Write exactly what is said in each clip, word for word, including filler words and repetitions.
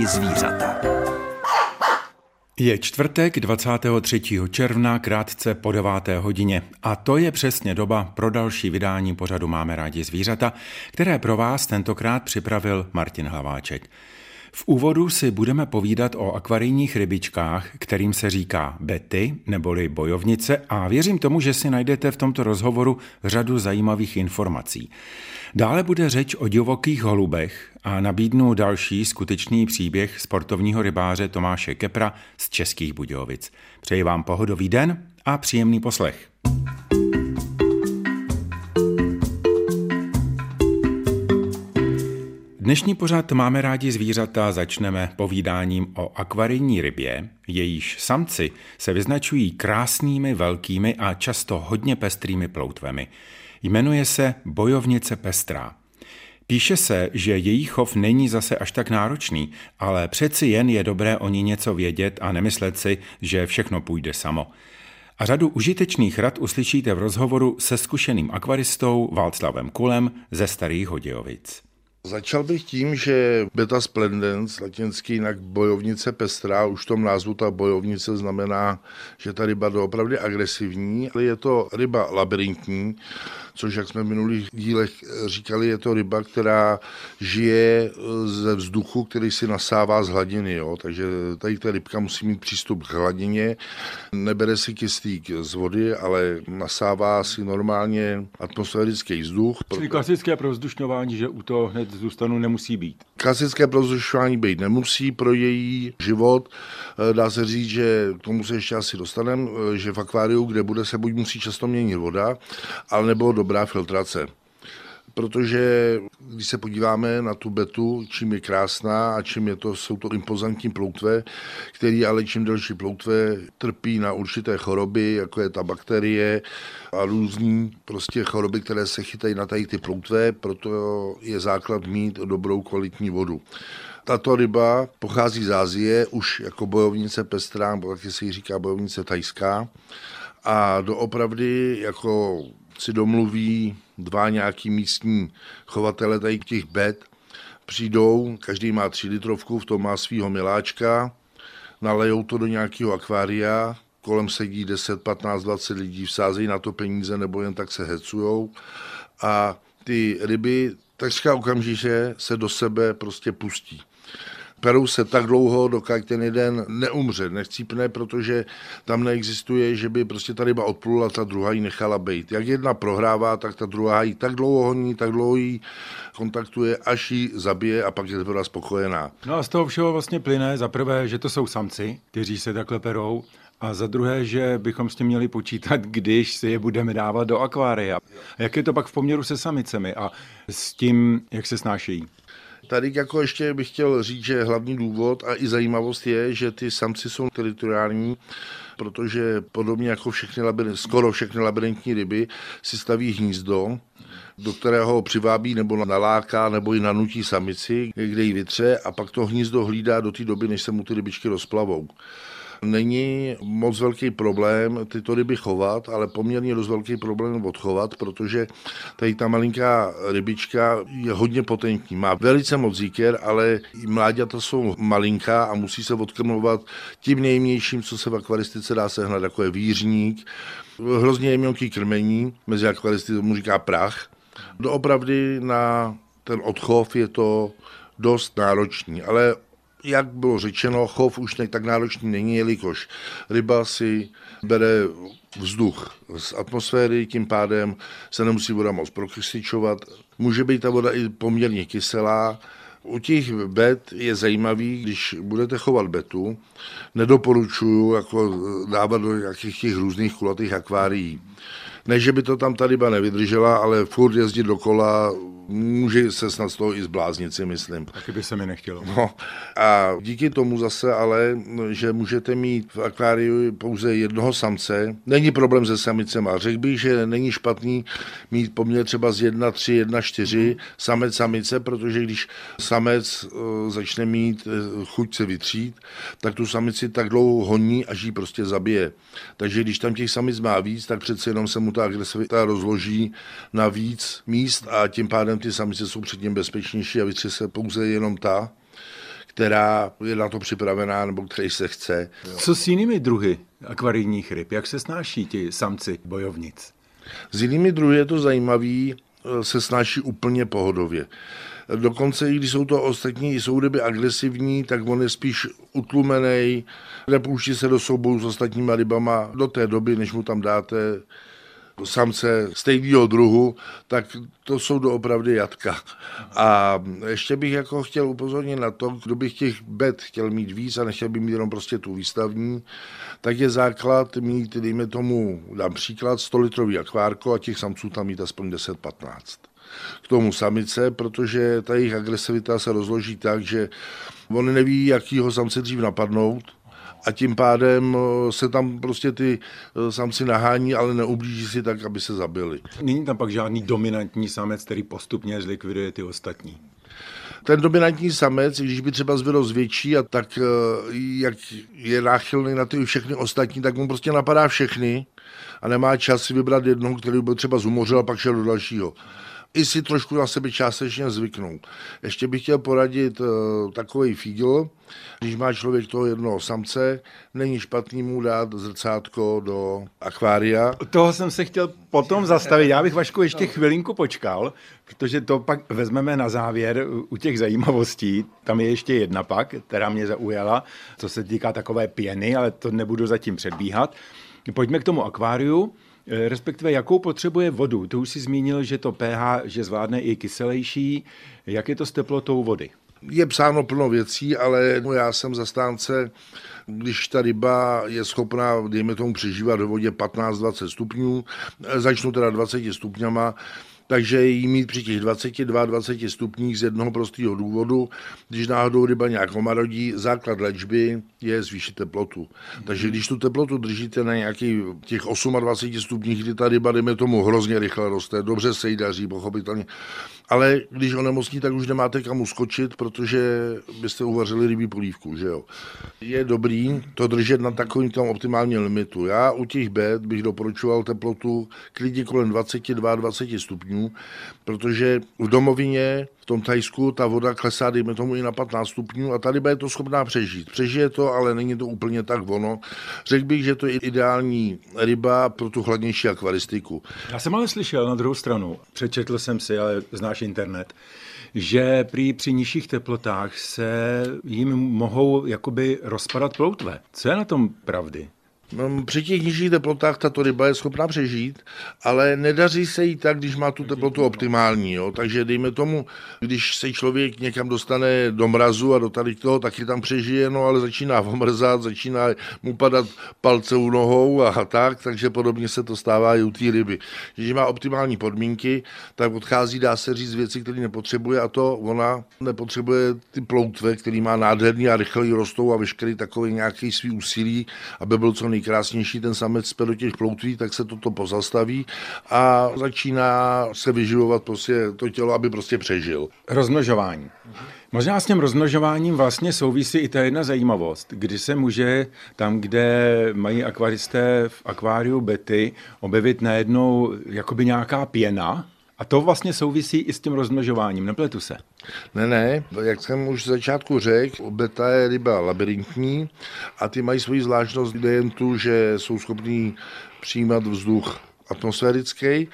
rádi zvířata. Je čtvrtek dvacátého třetího června, krátce po deváté hodině. A to je přesně doba pro další vydání pořadu Máme rádi zvířata, které pro vás tentokrát připravil Martin Hlaváček. V úvodu si budeme povídat o akvarijních rybičkách, kterým se říká bety neboli bojovnice, a věřím tomu, že si najdete v tomto rozhovoru řadu zajímavých informací. Dále bude řeč o divokých holubech a nabídnu další skutečný příběh sportovního rybáře Tomáše Kepra z Českých Budějovic. Přeji vám pohodový den a příjemný poslech. Dnešní pořad Máme rádi zvířata začneme povídáním o akvarijní rybě, jejíž samci se vyznačují krásnými, velkými a často hodně pestrými ploutvemi. Jmenuje se bojovnice pestrá. Píše se, že její chov není zase až tak náročný, ale přeci jen je dobré o ní něco vědět a nemyslet si, že všechno půjde samo. A řadu užitečných rad uslyšíte v rozhovoru se zkušeným akvaristou Václavem Kulem ze Starých Hodějovic. Začal bych tím, že Beta splendens, latinsky jinak bojovnice pestrá, už v tom názvu ta bojovnice znamená, že ta ryba doopravdy agresivní, ale je to ryba labyrintní, což, jak jsme v minulých dílech říkali, je to ryba, která žije ze vzduchu, který si nasává z hladiny. Jo? Takže tady ta rybka musí mít přístup k hladině, nebere si kyslík z vody, ale nasává si normálně atmosférický vzduch. Čili klasické provzdušňování, že u toho hned zůstanu, nemusí být. Klasické provzdušňování být nemusí pro její život. Dá se říct, že k tomu se ještě asi dostaneme, že v akváriu, kde bude, se buď musí často měnit voda, ale nebo dobrá filtrace. Protože když se podíváme na tu betu, čím je krásná a čím je to, jsou to impozantní ploutve, který ale čím delší ploutve trpí na určité choroby, jako je ta bakterie a různý prostě choroby, které se chytají na tady ty ploutve, proto je základ mít dobrou kvalitní vodu. Tato ryba pochází z Asie, už jako bojovnice pestrá, taky se jí říká bojovnice thajská, a doopravdy jako si domluví dva nějaký místní chovatele tady těch bet, přijdou, každý má tři litrovku, v tom má svýho miláčka, nalejou to do nějakého akvária, kolem sedí deset, patnáct, dvacet lidí, vsázejí na to peníze nebo jen tak se hecujou a ty ryby takřka okamžitě se do sebe prostě pustí. Perou se tak dlouho, dokud ten jeden neumře, nechcípne, protože tam neexistuje, že by prostě ta ryba odplula, ta druhá ji nechala bejt. Jak jedna prohrává, tak ta druhá ji tak dlouho honí, tak dlouho ji kontaktuje, až ji zabije a pak je teda spokojená. No a z toho všeho vlastně plyne za prvé, že to jsou samci, kteří se takhle perou, a za druhé, že bychom s tím měli počítat, když si je budeme dávat do akvária. Jak je to pak v poměru se samicemi a s tím, jak se snášejí? Tady jako ještě bych chtěl říct, že hlavní důvod a i zajímavost je, že ty samci jsou teritoriální, protože podobně jako všechny labyrint, skoro všechny labyrintní ryby si staví hnízdo, do kterého přivábí nebo naláká nebo i nanutí samici, kde ji vytře a pak to hnízdo hlídá do té doby, než se mu ty rybičky rozplavou. Není moc velký problém tyto ryby chovat, ale poměrně dost velký problém odchovat, protože tady ta malinká rybička je hodně potentní. Má velice moc jíker, ale mláďata jsou malinká a musí se odkrmovat tím nejmějším, co se v akvaristice dá sehnat, jako je vířník. Hrozně jemňonký krmení, mezi akvaristy tomu říká prach. Doopravdy na ten odchov je to dost náročný, ale jak bylo řečeno, chov už ne, tak náročný není, jelikož ryba si bere vzduch z atmosféry, tím pádem se nemusí voda moc prokysličovat. Může být ta voda i poměrně kyselá. U těch bet je zajímavý, když budete chovat betu, nedoporučuju jako dávat do nějakých těch různých kulatých akvárií. Ne, že by to tam ta ryba nevydržela, ale furt jezdit dokola, může se snad z toho i zbláznit, si myslím. Taky by se mi nechtělo. No. A díky tomu zase ale, že můžete mít v akváriu pouze jednoho samce, není problém se samicema. Řekl bych, že není špatný mít poměr třeba z jedna tři, jedna čtyři samec samice, protože když samec začne mít chuť se vytřít, tak tu samici tak dlouho honí, až ji prostě zabije. Takže když tam těch samic má víc, tak přece jenom se mu ta agresivita rozloží na víc míst a tím pádem ty samice jsou před ním bezpečnější a vytře se pouze jenom ta, která je na to připravená nebo který se chce. Co s jinými druhy akvarijních ryb? Jak se snáší ti samci bojovnic? S jinými druhy je to zajímavý, se snáší úplně pohodově. Dokonce i když jsou to ostatní souryby agresivní, tak on je spíš utlumenej, nepouští se do soubojů s ostatníma rybama do té doby, než mu tam dáte samce stejného druhu, tak to jsou doopravdy jatka. A ještě bych jako chtěl upozornit na to, kdo by těch bet chtěl mít víc a nechtěl by mít jenom prostě tu výstavní, tak je základ mít, dejme tomu, dám příklad, sto litrový akvárko a těch samců tam mít aspoň deset patnáct. K tomu samice, protože ta jejich agresivita se rozloží tak, že on neví, jakýho samce dřív napadnout, a tím pádem se tam prostě ty samci nahání, ale neublíží si tak, aby se zabili. Není tam pak žádný dominantní samec, který postupně zlikviduje ty ostatní? Ten dominantní samec, když by třeba vyrost větší, a tak jak je náchylný na ty všechny ostatní, tak mu prostě napadá všechny a nemá čas si vybrat jednoho, který by třeba zumořil a pak šel do dalšího. I si trošku na sebe částečně zvyknou. Ještě bych chtěl poradit uh, takovej fígl, když má člověk toho jednoho samce, není špatný mu dát zrcátko do akvária. Toho jsem se chtěl potom zastavit. Já bych, Vašku, ještě chvilinku počkal, protože to pak vezmeme na závěr u těch zajímavostí. Tam je ještě jedna pak, která mě zaujala, co se týká takové pěny, ale to nebudu zatím předbíhat. Pojďme k tomu akváriu. Respektive jakou potřebuje vodu. To už si zmínil, že to pH, že zvládne i kyselejší. Jak je to s teplotou vody? Je psáno plno věcí, ale já jsem zastánce, když ta ryba je schopná, dejme tomu, přežívat ve vodě patnáct dvacet stupňů, začnu teda dvaceti stupňama, takže jí mít při těch dvaceti dvaceti dvou stupních z jednoho prostého důvodu, když náhodou ryba nějak omarodí, základ léčby je zvýšit teplotu. Takže když tu teplotu držíte na nějakých těch dvaceti osmi stupních, kdy ta ryba, dejme tomu, hrozně rychle roste, dobře se jí daří, pochopitelně, ale když onemocní, tak už nemáte kam uskočit, protože byste uvařili rybí polívku, že jo. Je dobrý to držet na takovým tom optimálním limitu. Já u těch bet bych doporučoval teplotu klidně kolem dvaceti dvaceti dvou stupňů, protože v domovině, v tom Thajsku, ta voda klesá, dejme tomu, i na patnáct stupňů a ta ryba je to schopná přežít. Přežije to, ale není to úplně tak ono. Řekl bych, že to je ideální ryba pro tu chladnější akvaristiku. Já jsem ale slyšel na druhou stranu, přečetl jsem si, ale znáš internet, že prý při nižších teplotách se jim mohou jakoby rozpadat ploutve. Co je na tom pravdy? Při těch nižších teplotách tato ryba je schopná přežít, ale nedaří se jí tak, když má tu teplotu optimální. Jo? Takže dejme tomu, když se člověk někam dostane do mrazu a do tady toho, taky tam přežije, no ale začíná omrzat, začíná mu padat palce u nohou a tak, takže podobně se to stává i u té ryby. Když má optimální podmínky, tak odchází, dá se říct, věci, které nepotřebuje, a to ona nepotřebuje ty ploutve, který má nádherný a rychle rostou a veškerý takový nějaký svý úsilí, aby byl co nejkrásnější ten samec zpět do těch ploutví, tak se toto pozastaví a začíná se vyživovat prostě to tělo, aby prostě přežil. Rozmnožování. Možná s tím rozmnožováním vlastně souvisí i ta jedna zajímavost, kdy se může tam, kde mají akvaristé v akváriu bety, objevit najednou jakoby nějaká pěna. A to vlastně souvisí i s tím rozmnožováním, nepletu se? Ne, ne, jak jsem už z začátku řekl, beta je ryba labyrintní a ty mají svoji zvláštnost nejen tu, že jsou schopní přijímat vzduch atmosférický,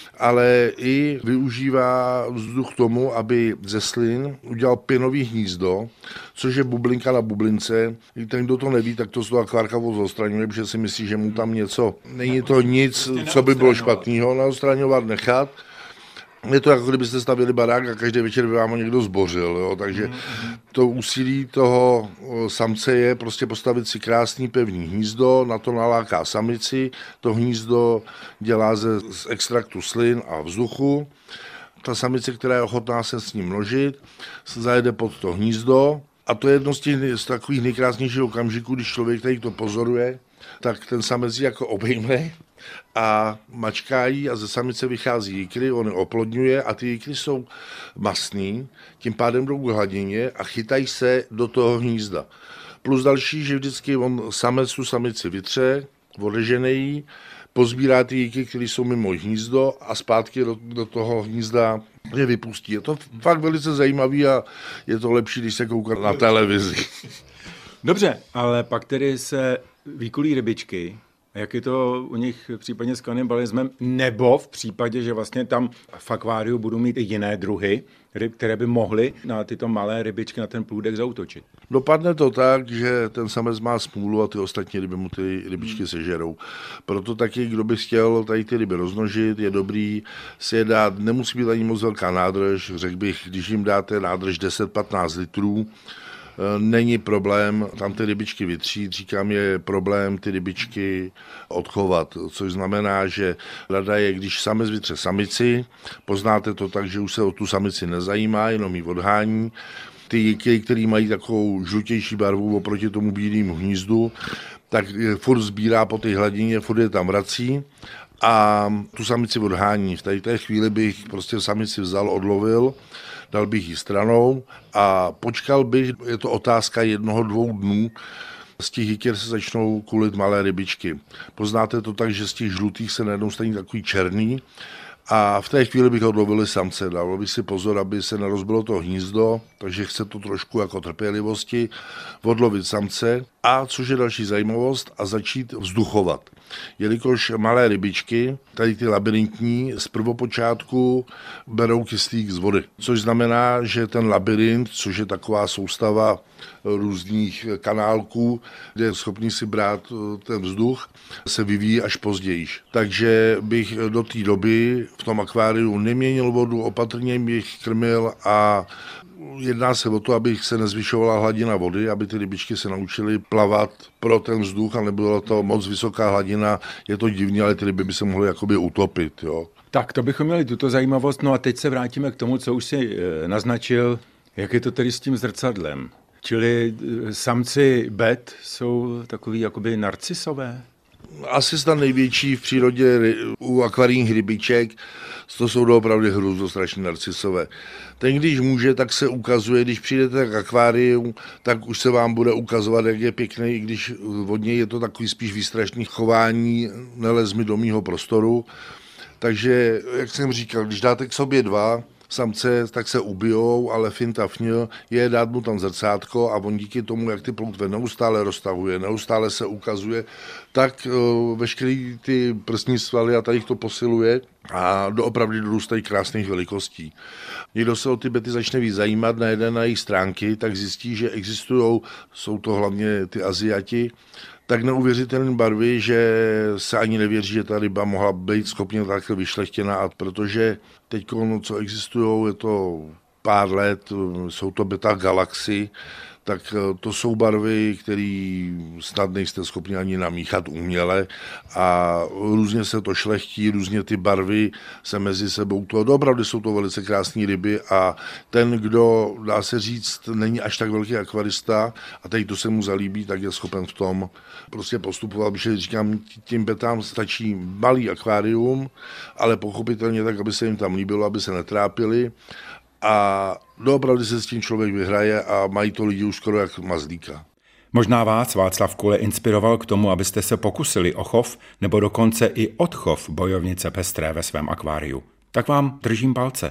ale i využívá vzduch k tomu, aby ze slin udělal pěnový hnízdo, což je bublinka na bublince. Ten, kdo to neví, tak to z toho akvárka odstraňuje, protože si myslí, že mu tam něco, není to nic, co by bylo špatného, naodstraňovat, nechat. Je to jako kdybyste stavili barák a každý večer by vám ho někdo zbořil, jo? Takže to úsilí toho samce je prostě postavit si krásný pevný hnízdo, na to naláká samici, to hnízdo dělá ze, z extraktu slin a vzduchu, ta samice, která je ochotná se s ním množit, zajede pod to hnízdo a to je jedno z, těch, z takových nejkrásnějších okamžiků, když člověk tady to pozoruje, tak ten samec ji jako obejme a mačká jí a ze samice vychází jikry, on je oplodňuje a ty jikry jsou mastný, tím pádem jdou k hladině a chytají se do toho hnízda. Plus další, že vždycky on samec tu samici vytře, odežene jí, pozbírá ty jíky, které jsou mimo hnízdo a zpátky do, do toho hnízda je vypustí. Je to fakt velice zajímavý a je to lepší, když se kouká na televizi. Dobře, ale pak tedy se vykulí rybičky. Jak je to u nich případně s kanibalismem? Nebo v případě, že vlastně tam v akváriu budou mít i jiné druhy ryb, které by mohly na tyto malé rybičky, na ten plůdek zaútočit? Dopadne to tak, že ten samec má smůlu a ty ostatní ryby mu ty rybičky sežerou. Proto taky, kdo by chtěl tady ty ryby rozmnožit, je dobrý si je dát, nemusí být ani moc velká nádrž, řekl bych, když jim dáte nádrž deset patnáct litrů, není problém tam ty rybičky vytřít, říkám, je problém ty rybičky odchovat, což znamená, že rada je, když samec vytře samici, poznáte to tak, že už se o tu samici nezajímá, jenom ji odhání. Ty jíky, které mají takovou žlutější barvu oproti tomu bílému hnízdu, tak furt sbírá po té hladině, furt je tam vrací a tu samici odhání. V tady té chvíli bych prostě samici vzal, odlovil, dal bych ji stranou a počkal bych, je to otázka jednoho, dvou dnů, z těch jiker se začnou kulit malé rybičky. Poznáte to tak, že z těch žlutých se najednou staní takový černý a v té chvíli bych odlovili samce. Dal bych si pozor, aby se nerozbilo to hnízdo, takže chce to trošku jako trpělivosti, odlovit samce a, což je další zajímavost, a začít vzduchovat. Jelikož malé rybičky, tady ty labyrintní, z prvopočátku berou kyslík z vody. Což znamená, že ten labyrint, což je taková soustava různých kanálků, kde je schopný si brát ten vzduch, se vyvíjí až později. Takže bych do té doby v tom akváriu neměnil vodu, opatrně bych krmil a jedná se o to, aby se nezvyšovala hladina vody, aby ty rybičky se naučily plavat pro ten vzduch a nebyla to moc vysoká hladina. Je to divné, ale ty ryby by se mohly jakoby utopit. Jo. Tak to bychom měli tuto zajímavost. No a teď se vrátíme k tomu, co už si naznačil. Jak je to tedy s tím zrcadlem? Čili samci bet jsou takový jakoby narcisové? Asi snad největší v přírodě u akvarijních rybiček, to jsou doopravdy hrůzostrašní narcisové. Ten, když může, tak se ukazuje, když přijdete k akváriu, tak už se vám bude ukazovat, jak je pěkný, i když od něj je to takový spíš výstrašný chování, nelez mi do mýho prostoru. Takže, jak jsem říkal, když dáte k sobě dva samce, tak se ubijou, ale finta fňl je dát mu tam zrcátko a on díky tomu, jak ty ploutve neustále roztahuje, neustále se ukazuje, tak uh, veškerý ty prsní svaly a tady to posiluje a doopravdy dorůstají krásných velikostí. Někdo se o ty bety začne víc zajímat, najde na jejich stránky, tak zjistí, že existují, jsou to hlavně ty Aziati, tak neuvěřitelné barvy, že se ani nevěří, že ta ryba mohla být schopně takhle vyšlechtěná, a protože teď, no, co existují, je to pár let, jsou to beta galaxy, tak to jsou barvy, které snad nejste schopni ani namíchat uměle a různě se to šlechtí, různě ty barvy se mezi sebou, to opravdu jsou to velice krásné ryby a ten, kdo, dá se říct, není až tak velký akvarista a teď to se mu zalíbí, tak je schopen v tom prostě postupovat, protože říkám, tím betám stačí malý akvárium, ale pochopitelně tak, aby se jim tam líbilo, aby se netrápili. A doopravdy se s tím člověk vyhraje a mají to lidi už skoro jak mazlíka. Možná vás Václav Kule inspiroval k tomu, abyste se pokusili o chov nebo dokonce i odchov bojovnice pestré ve svém akváriu. Tak vám držím palce.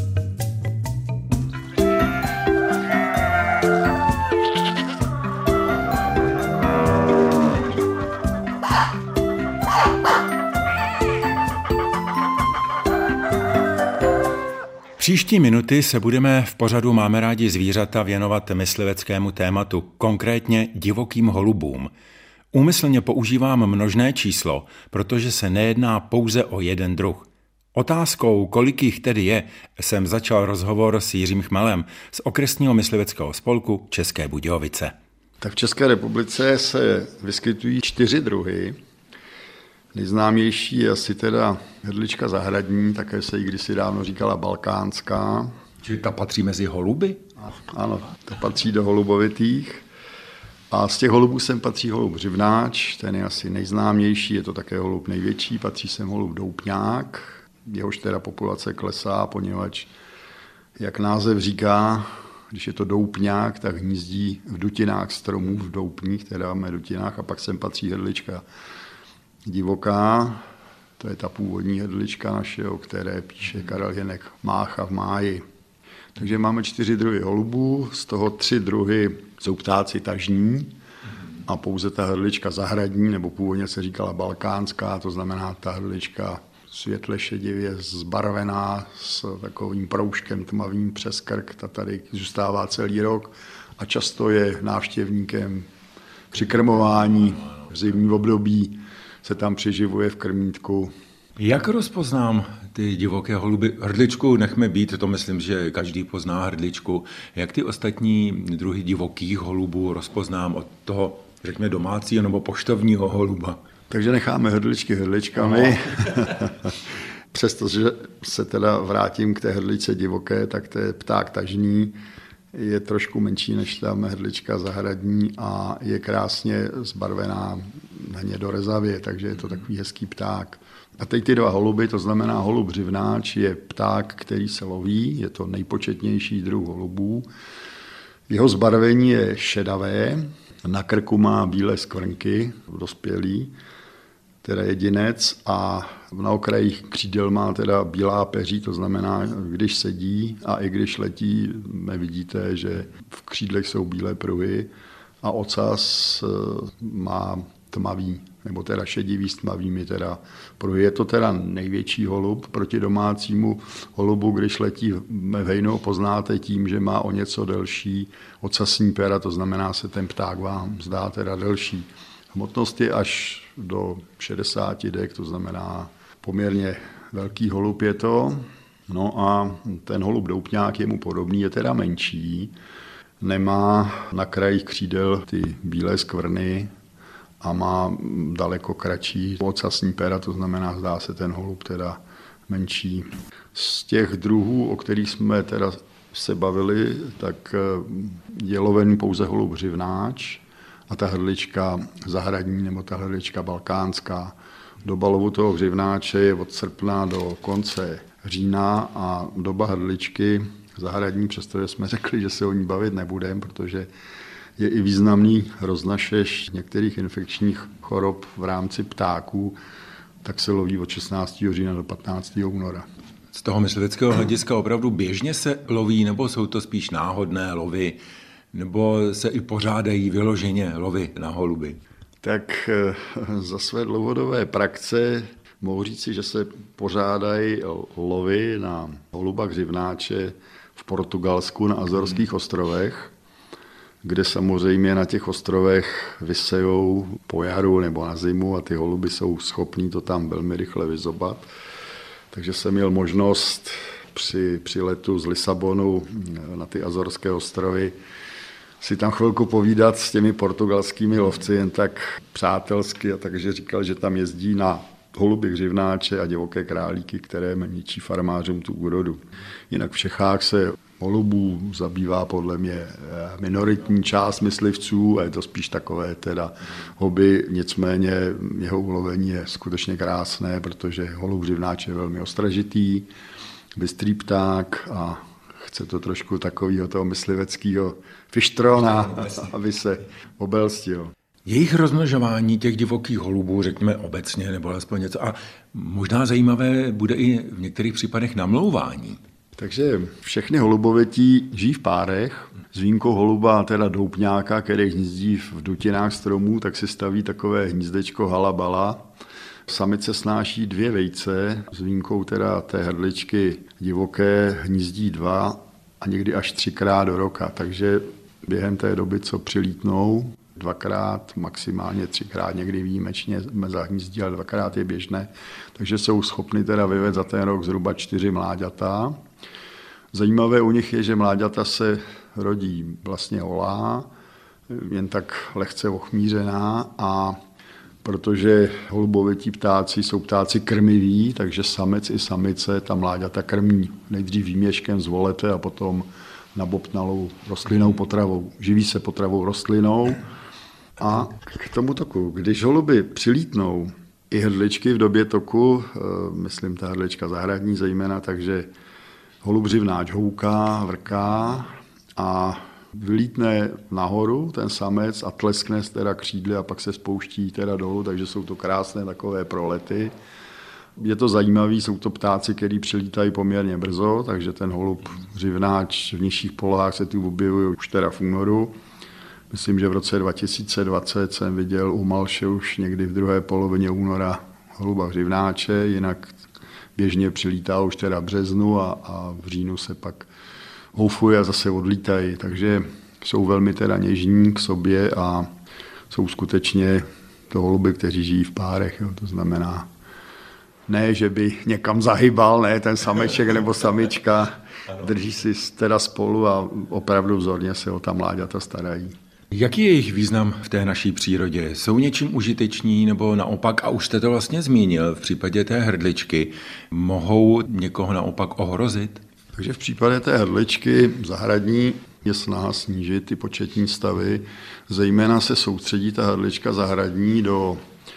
Příští minuty se budeme v pořadu Máme rádi zvířata věnovat mysliveckému tématu, konkrétně divokým holubům. Úmyslně používám množné číslo, protože se nejedná pouze o jeden druh. Otázkou, kolik jich tedy je, jsem začal rozhovor s Jiřím Chmelem z okresního mysliveckého spolku České Budějovice. Tak v České republice se vyskytují čtyři druhy. Nejznámější je asi teda hrdlička zahradní, také se jí kdysi dávno říkala balkánská. Čili ta patří mezi holuby? Ano, ta patří do holubovitých. A z těch holubů sem patří holub řivnáč, ten je asi nejznámější, je to také holub největší, patří sem holub doupňák, jehož teda populace klesá, poněvadž, jak název říká, když je to doupňák, tak hnízdí v dutinách stromů, v doupních, teda v dutinách, a pak sem patří hrdlička divoká, To je ta původní hrdlička naše, o které píše Karel Hynek Mácha v máji. Takže máme čtyři druhy holubů, z toho tři druhy jsou ptáci tažní a pouze ta hrdlička zahradní, nebo původně se říkala balkánská, to znamená ta hrdlička světle šedivě zbarvená s takovým proužkem tmavým přes krk, ta tady zůstává celý rok a často je návštěvníkem při krmování v zimním období, se tam přiživuje v krmítku. Jak rozpoznám ty divoké holuby? Hrdličku nechme být, to myslím, že každý pozná hrdličku. Jak ty ostatní druhy divokých holubů rozpoznám od toho, řekněme, domácího nebo poštovního holuba? Takže necháme hrdličky hrdličkami. Přestože se teda vrátím k té hrdličce divoké, tak to je pták tažní, je trošku menší než ta hrdlička zahradní a je krásně zbarvená hnědorezavě, takže je to takový hezký pták. A teď ty dva holuby, to znamená holub řivnáč, je pták, který se loví, je to nejpočetnější druh holubů. Jeho zbarvení je šedavé, na krku má bílé skvrnky, dospělý, teda jedinec, a na okrajích křídel má teda bílá peří, to znamená, když sedí a i když letí, nevidíte, že v křídlech jsou bílé pruhy a ocas má tmavý, nebo teda šedivý s tmavými teda pruhy. Je to teda největší holub proti domácímu holubu, když letí ve hejnou, poznáte tím, že má o něco delší ocasní pera, to znamená, se ten pták vám zdá teda delší. Hmotnost je až do šedesát dek, to znamená poměrně velký holub je to. No a ten holub doupňák je mu podobný, je teda menší, nemá na krajích křídel ty bílé skvrny a má daleko kratší ocasní pera, to znamená, zdá se ten holub teda menší. Z těch druhů, o kterých jsme teda se bavili, tak je lovený pouze holub řivnáč a ta hrdlička zahradní nebo ta hrdlička balkánská. Doba lovu toho řivnáče je od srpna do konce října a doba hrdličky zahradní, přestože jsme řekli, že se o ní bavit nebudeme, protože je i významný roznašeč některých infekčních chorob v rámci ptáků, tak se loví od šestnáctého října do patnáctého února. Z toho mysliveckého hlediska opravdu běžně se loví, nebo jsou to spíš náhodné lovy, nebo se i pořádají vyloženě lovy na holuby? Tak za své dlouhodobé praxe mohu říci, že se pořádají lovy na holuba řivnáče v Portugalsku na Azorských ostrovech, kde samozřejmě na těch ostrovech vysejou po jaru nebo na zimu a ty holuby jsou schopní to tam velmi rychle vyzobat. Takže jsem měl možnost při, při letu z Lisabonu na ty Azorské ostrovy si tam chvilku povídat s těmi portugalskými lovci, jen tak přátelsky, a takže říkal, že tam jezdí na holuby hřivnáče a divoké králíky, které ničí farmářům tu úrodu. Jinak v Čechách se holubů zabývá podle mě minoritní část myslivců a je to spíš takové teda hobby, nicméně jeho ulovení je skutečně krásné, protože holub hřivnáč je velmi ostražitý, bystrý pták a chce to trošku takového toho mysliveckého fištrona, aby se obelstil. Jejich rozmnožování těch divokých holubů, řekněme obecně, nebo alespoň něco, a možná zajímavé bude i v některých případech namlouvání. Takže všechny holubovětí žijí v párech, s výjimkou holuba, teda doupňáka, který hnízdí v dutinách stromů, tak si staví takové hnízdečko halabala. Samice snáší dvě vejce, s výjimkou teda té hrdličky divoké hnízdí dva a někdy až třikrát do roka, takže během té doby, co přilítnou, dvakrát, maximálně třikrát, někdy výjimečně zahnízdí, ale dvakrát je běžné, takže jsou schopny teda vyvést za ten rok zhruba čtyři mláďata. Zajímavé u nich je, že mláďata se rodí vlastně holá, jen tak lehce ochmířená, a protože holubovětí ptáci jsou ptáci krmiví, takže samec i samice ta mláďata krmí nejdřív výměškem z volete a potom nabobtnalou rostlinnou potravou. Živí se potravou rostlinou. A k tomu toku, když holuby přilítnou, i hrdličky v době toku, myslím ta hrdlička zahradní zejména, takže holub řivnáč houká, vrká a vylítne nahoru ten samec a tleskne teda křídly a pak se spouští teda dolů, takže jsou to krásné takové prolety. Je to zajímavý, jsou to ptáci, který přilítají poměrně brzo, takže ten holub řivnáč v nižších polohách se tu objevuje už teda v únoru. Myslím, že v roce dva tisíce dvacet jsem viděl u Malše už někdy v druhé polovině února holuba hřivnáče, jinak běžně přilítá už teda v březnu a, a v říjnu se pak houfuje a zase odlítají. Takže jsou velmi teda něžní k sobě a jsou skutečně to holuby, kteří žijí v párech. Jo. To znamená, ne, že by někam zahybal, ne, ten sameček nebo samička, drží si teda spolu a opravdu vzorně se o ta mláďata starají. Jaký je jejich význam v té naší přírodě? Jsou něčím užiteční nebo naopak, a už jste to vlastně zmínil, v případě té hrdličky, mohou někoho naopak ohrozit? Takže v případě té hrdličky zahradní je snaha snížit ty početní stavy, zejména se soustředí ta hrdlička zahradní do,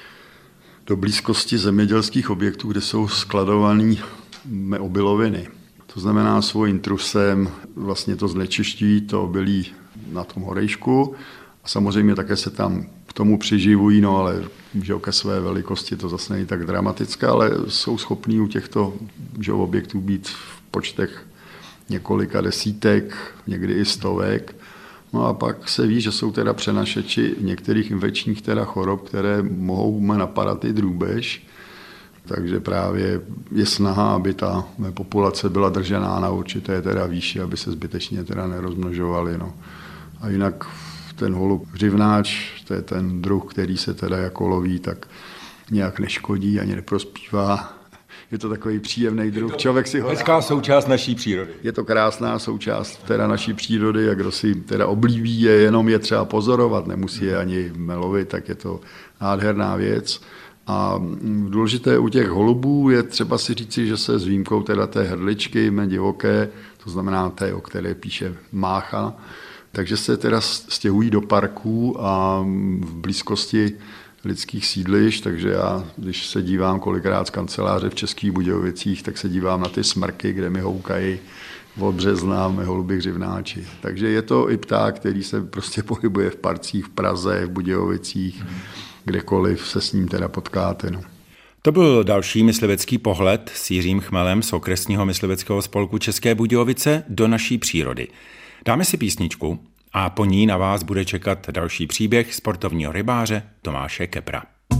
do blízkosti zemědělských objektů, kde jsou skladované obiloviny. To znamená, svým intrusem vlastně to znečišťují to obilí na tom horejšku a samozřejmě také se tam k tomu přiživují, no ale že ke své velikosti to zase není tak dramatické, ale jsou schopní u těchto že, objektů být v počtech několika desítek, někdy i stovek. No a pak se ví, že jsou teda přenašeči některých infekčních teda chorob, které mohou napadat i drůbež. Takže právě je snaha, aby ta populace byla držená na určité teda výši, aby se zbytečně teda nerozmnožovaly. No. A jinak ten holub hřivnáč, to je ten druh, který se teda jako loví, tak nějak neškodí ani neprospívá. Je to takový příjemný druh. Člověk si ho hezká součást naší přírody. Je to krásná součást teda naší přírody a kdo si teda oblíbí je, jenom je třeba pozorovat, nemusí je ani lovit, tak je to nádherná věc. A důležité u těch holubů je třeba si říci, že se s výjimkou teda té hrdličky divoké, to znamená té, o které píše Mácha, takže se teda stěhují do parků a v blízkosti lidských sídlišť, takže já, když se dívám kolikrát z kanceláře v Českých Budějovicích, tak se dívám na ty smrky, kde mi houkají od března mé holuby hřivnáči. Takže je to i pták, který se prostě pohybuje v parcích v Praze, v Budějovicích, hmm. kdekoliv se s ním teda potkáte. No. To byl další myslivecký pohled s Jiřím Chmelem z okresního mysliveckého spolku České Budějovice do naší přírody. Dáme si písničku a po ní na vás bude čekat další příběh sportovního rybáře Tomáše Kepra.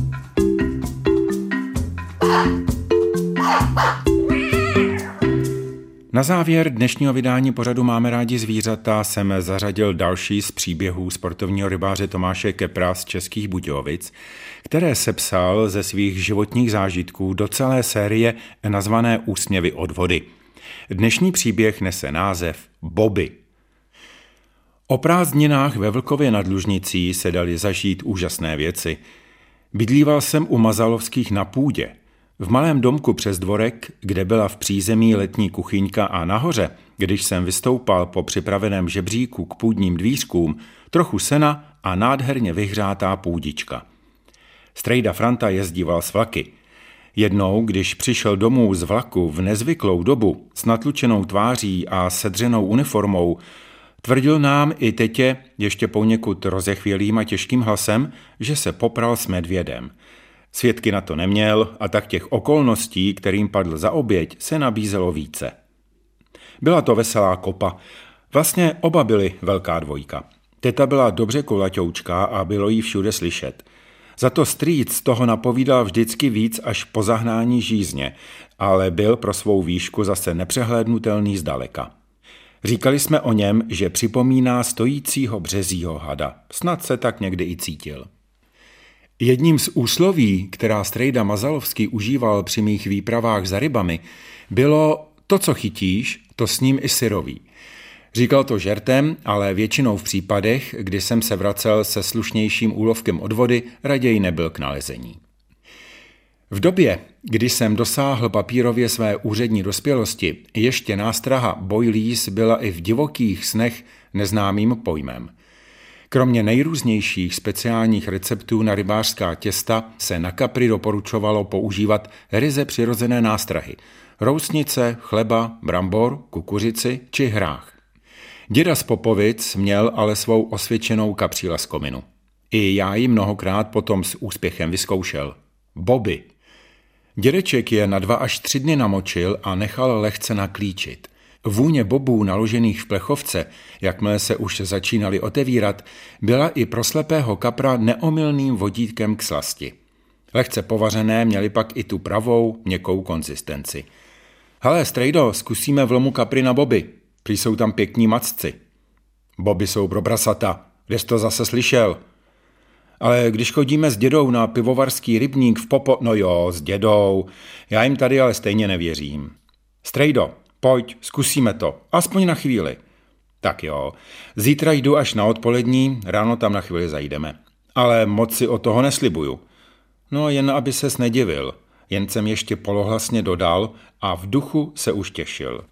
Na závěr dnešního vydání pořadu Máme rádi zvířata jsem zařadil další z příběhů sportovního rybáře Tomáše Kepra z Českých Budějovic, které sepsal ze svých životních zážitků do celé série nazvané Úsměvy od vody. Dnešní příběh nese název Bobby. O prázdninách ve Vlkově nad Lužnicí se dali zažít úžasné věci. Bydlíval jsem u Mazalovských na půdě. V malém domku přes dvorek, kde byla v přízemí letní kuchyňka a nahoře, když jsem vystoupal po připraveném žebříku k půdním dvířkům, trochu sena a nádherně vyhřátá půdička. Strejda Franta jezdíval s vlaky. Jednou, když přišel domů z vlaku v nezvyklou dobu s natlučenou tváří a sedřenou uniformou, tvrdil nám i tetě ještě poněkud rozechvělým a těžkým hlasem, že se popral s medvědem. Svědky na to neměl a tak těch okolností, kterým padl za oběť, se nabízelo více. Byla to veselá kopa. Vlastně oba byli velká dvojka. Teta byla dobře kulaťoučká a bylo jí všude slyšet. Za to strýc toho napovídal vždycky víc až po zahnání žízně, ale byl pro svou výšku zase nepřehlédnutelný zdaleka. Říkali jsme o něm, že připomíná stojícího březího hada. Snad se tak někdy i cítil. Jedním z úsloví, která strejda Mazalovský užíval při mých výpravách za rybami, bylo to, co chytíš, to s ním i syrový. Říkal to žertem, ale většinou v případech, kdy jsem se vracel se slušnějším úlovkem od vody, raději nebyl k nalezení. V době, kdy jsem dosáhl papírově své úřední dospělosti, ještě nástraha bojlís byla i v divokých snech neznámým pojmem. Kromě nejrůznějších speciálních receptů na rybářská těsta se na kapry doporučovalo používat ryze přirozené nástrahy. Rousnice, chleba, brambor, kukuřici či hrách. Děda z Popovic měl ale svou osvědčenou kapří laskominu. I já ji mnohokrát potom s úspěchem vyzkoušel. Bobby. Dědeček je na dva až tři dny namočil a nechal lehce naklíčit. Vůně bobů naložených v plechovce, jakmile se už začínali otevírat, byla i pro slepého kapra neomylným vodítkem k slasti. Lehce povařené měly pak i tu pravou, měkkou konzistenci. Hele, strejdo, zkusíme v lomu kapry na boby. Prý jsou tam pěkní macci. Boby jsou pro prasata. Kde jsi to zase slyšel? Ale když chodíme s dědou na pivovarský rybník v Popo... No jo, s dědou. Já jim tady ale stejně nevěřím. Strejdo, pojď, zkusíme to. Aspoň na chvíli. Tak jo, zítra jdu až na odpolední, ráno tam na chvíli zajdeme. Ale moc si o toho neslibuju. No jen aby ses nedivil. Jen jsem ještě polohlasně dodal a v duchu se už těšil.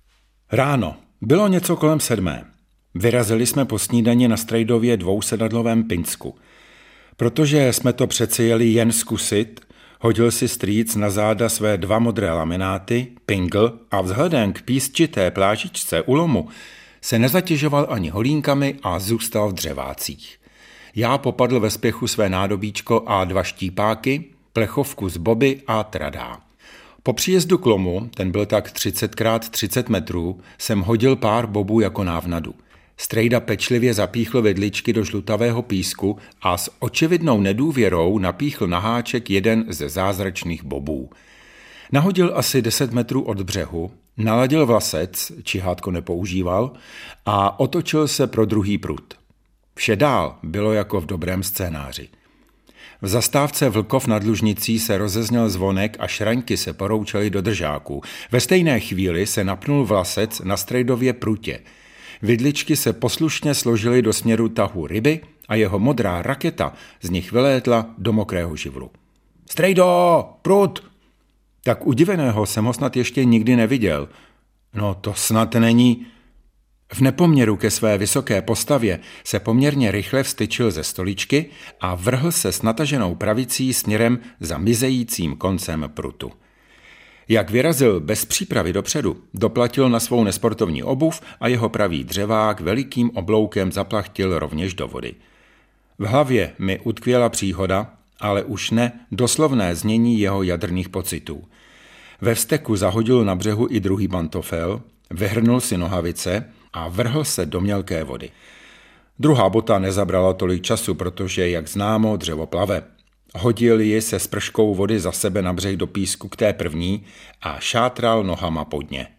Ráno. Bylo něco kolem sedmé. Vyrazili jsme po snídani na Strejdově dvousedadlovém Pinsku. Protože jsme to přece jeli jen zkusit, hodil si strýc na záda své dva modré lamináty, pingl a vzhledem k písčité plážičce u lomu se nezatěžoval ani holínkami a zůstal v dřevácích. Já popadl ve spěchu své nádobíčko a dva štípáky, plechovku z boby a tradá. Po příjezdu k lomu, ten byl tak třicet krát třicet metrů, jsem hodil pár bobů jako návnadu. Strejda pečlivě zapíchl vidličky do žlutavého písku a s očividnou nedůvěrou napíchl na háček jeden ze zázračných bobů. Nahodil asi deset metrů od břehu, naladil vlasec, čihátko nepoužíval, a otočil se pro druhý prut. Vše dál bylo jako v dobrém scénáři. V zastávce Vlkov nad Lužnicí se rozezněl zvonek a šraňky se poroučely do držáků. Ve stejné chvíli se napnul vlasec na Strejdově prutě. Vidličky se poslušně složily do směru tahu ryby a jeho modrá raketa z nich vylétla do mokrého živlu. Strejdo, prut! Tak udiveného jsem ho snad ještě nikdy neviděl. No to snad není... V nepoměru ke své vysoké postavě se poměrně rychle vstyčil ze stoličky a vrhl se s nataženou pravicí směrem za mizejícím koncem prutu. Jak vyrazil bez přípravy dopředu, doplatil na svou nesportovní obuv a jeho pravý dřevák velikým obloukem zaplachtil rovněž do vody. V hlavě mi utkvěla příhoda, ale už ne doslovné znění jeho jadrných pocitů. Ve vzteku zahodil na břehu i druhý pantofel, vyhrnul si nohavice a vrhl se do mělké vody. Druhá bota nezabrala tolik času, protože, jak známo, dřevo plave. Hodil ji se sprškou vody za sebe na břeh do písku k té první a šátral nohama pod ně.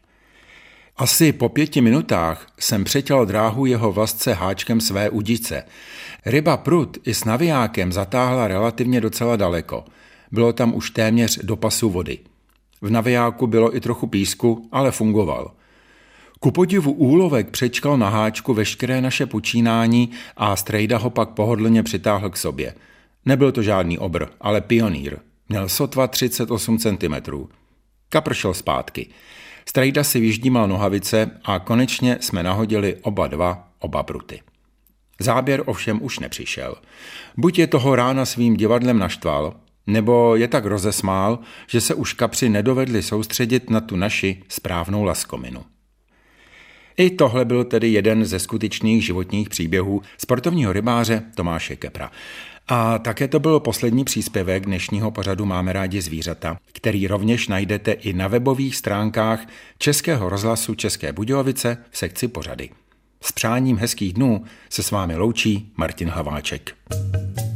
Asi po pěti minutách jsem přetěl dráhu jeho vlasce háčkem své udice. Ryba prut i s navijákem zatáhla relativně docela daleko. Bylo tam už téměř do pasu vody. V navijáku bylo i trochu písku, ale fungoval. Ku podivu úlovek přečkal na háčku veškeré naše počínání a Strejda ho pak pohodlně přitáhl k sobě. Nebyl to žádný obr, ale pionýr. Měl sotva třicet osm centimetrů. Kapr šel zpátky. Strejda si vyždímal nohavice a konečně jsme nahodili oba dva, oba pruty. Záběr ovšem už nepřišel. Buď je toho rána svým divadlem naštval, nebo je tak rozesmál, že se už kapři nedovedli soustředit na tu naši správnou laskominu. I tohle byl tedy jeden ze skutečných životních příběhů sportovního rybáře Tomáše Kepra. A také to byl poslední příspěvek dnešního pořadu Máme rádi zvířata, který rovněž najdete i na webových stránkách Českého rozhlasu České Budějovice v sekci pořady. S přáním hezkých dnů se s vámi loučí Martin Hlaváček.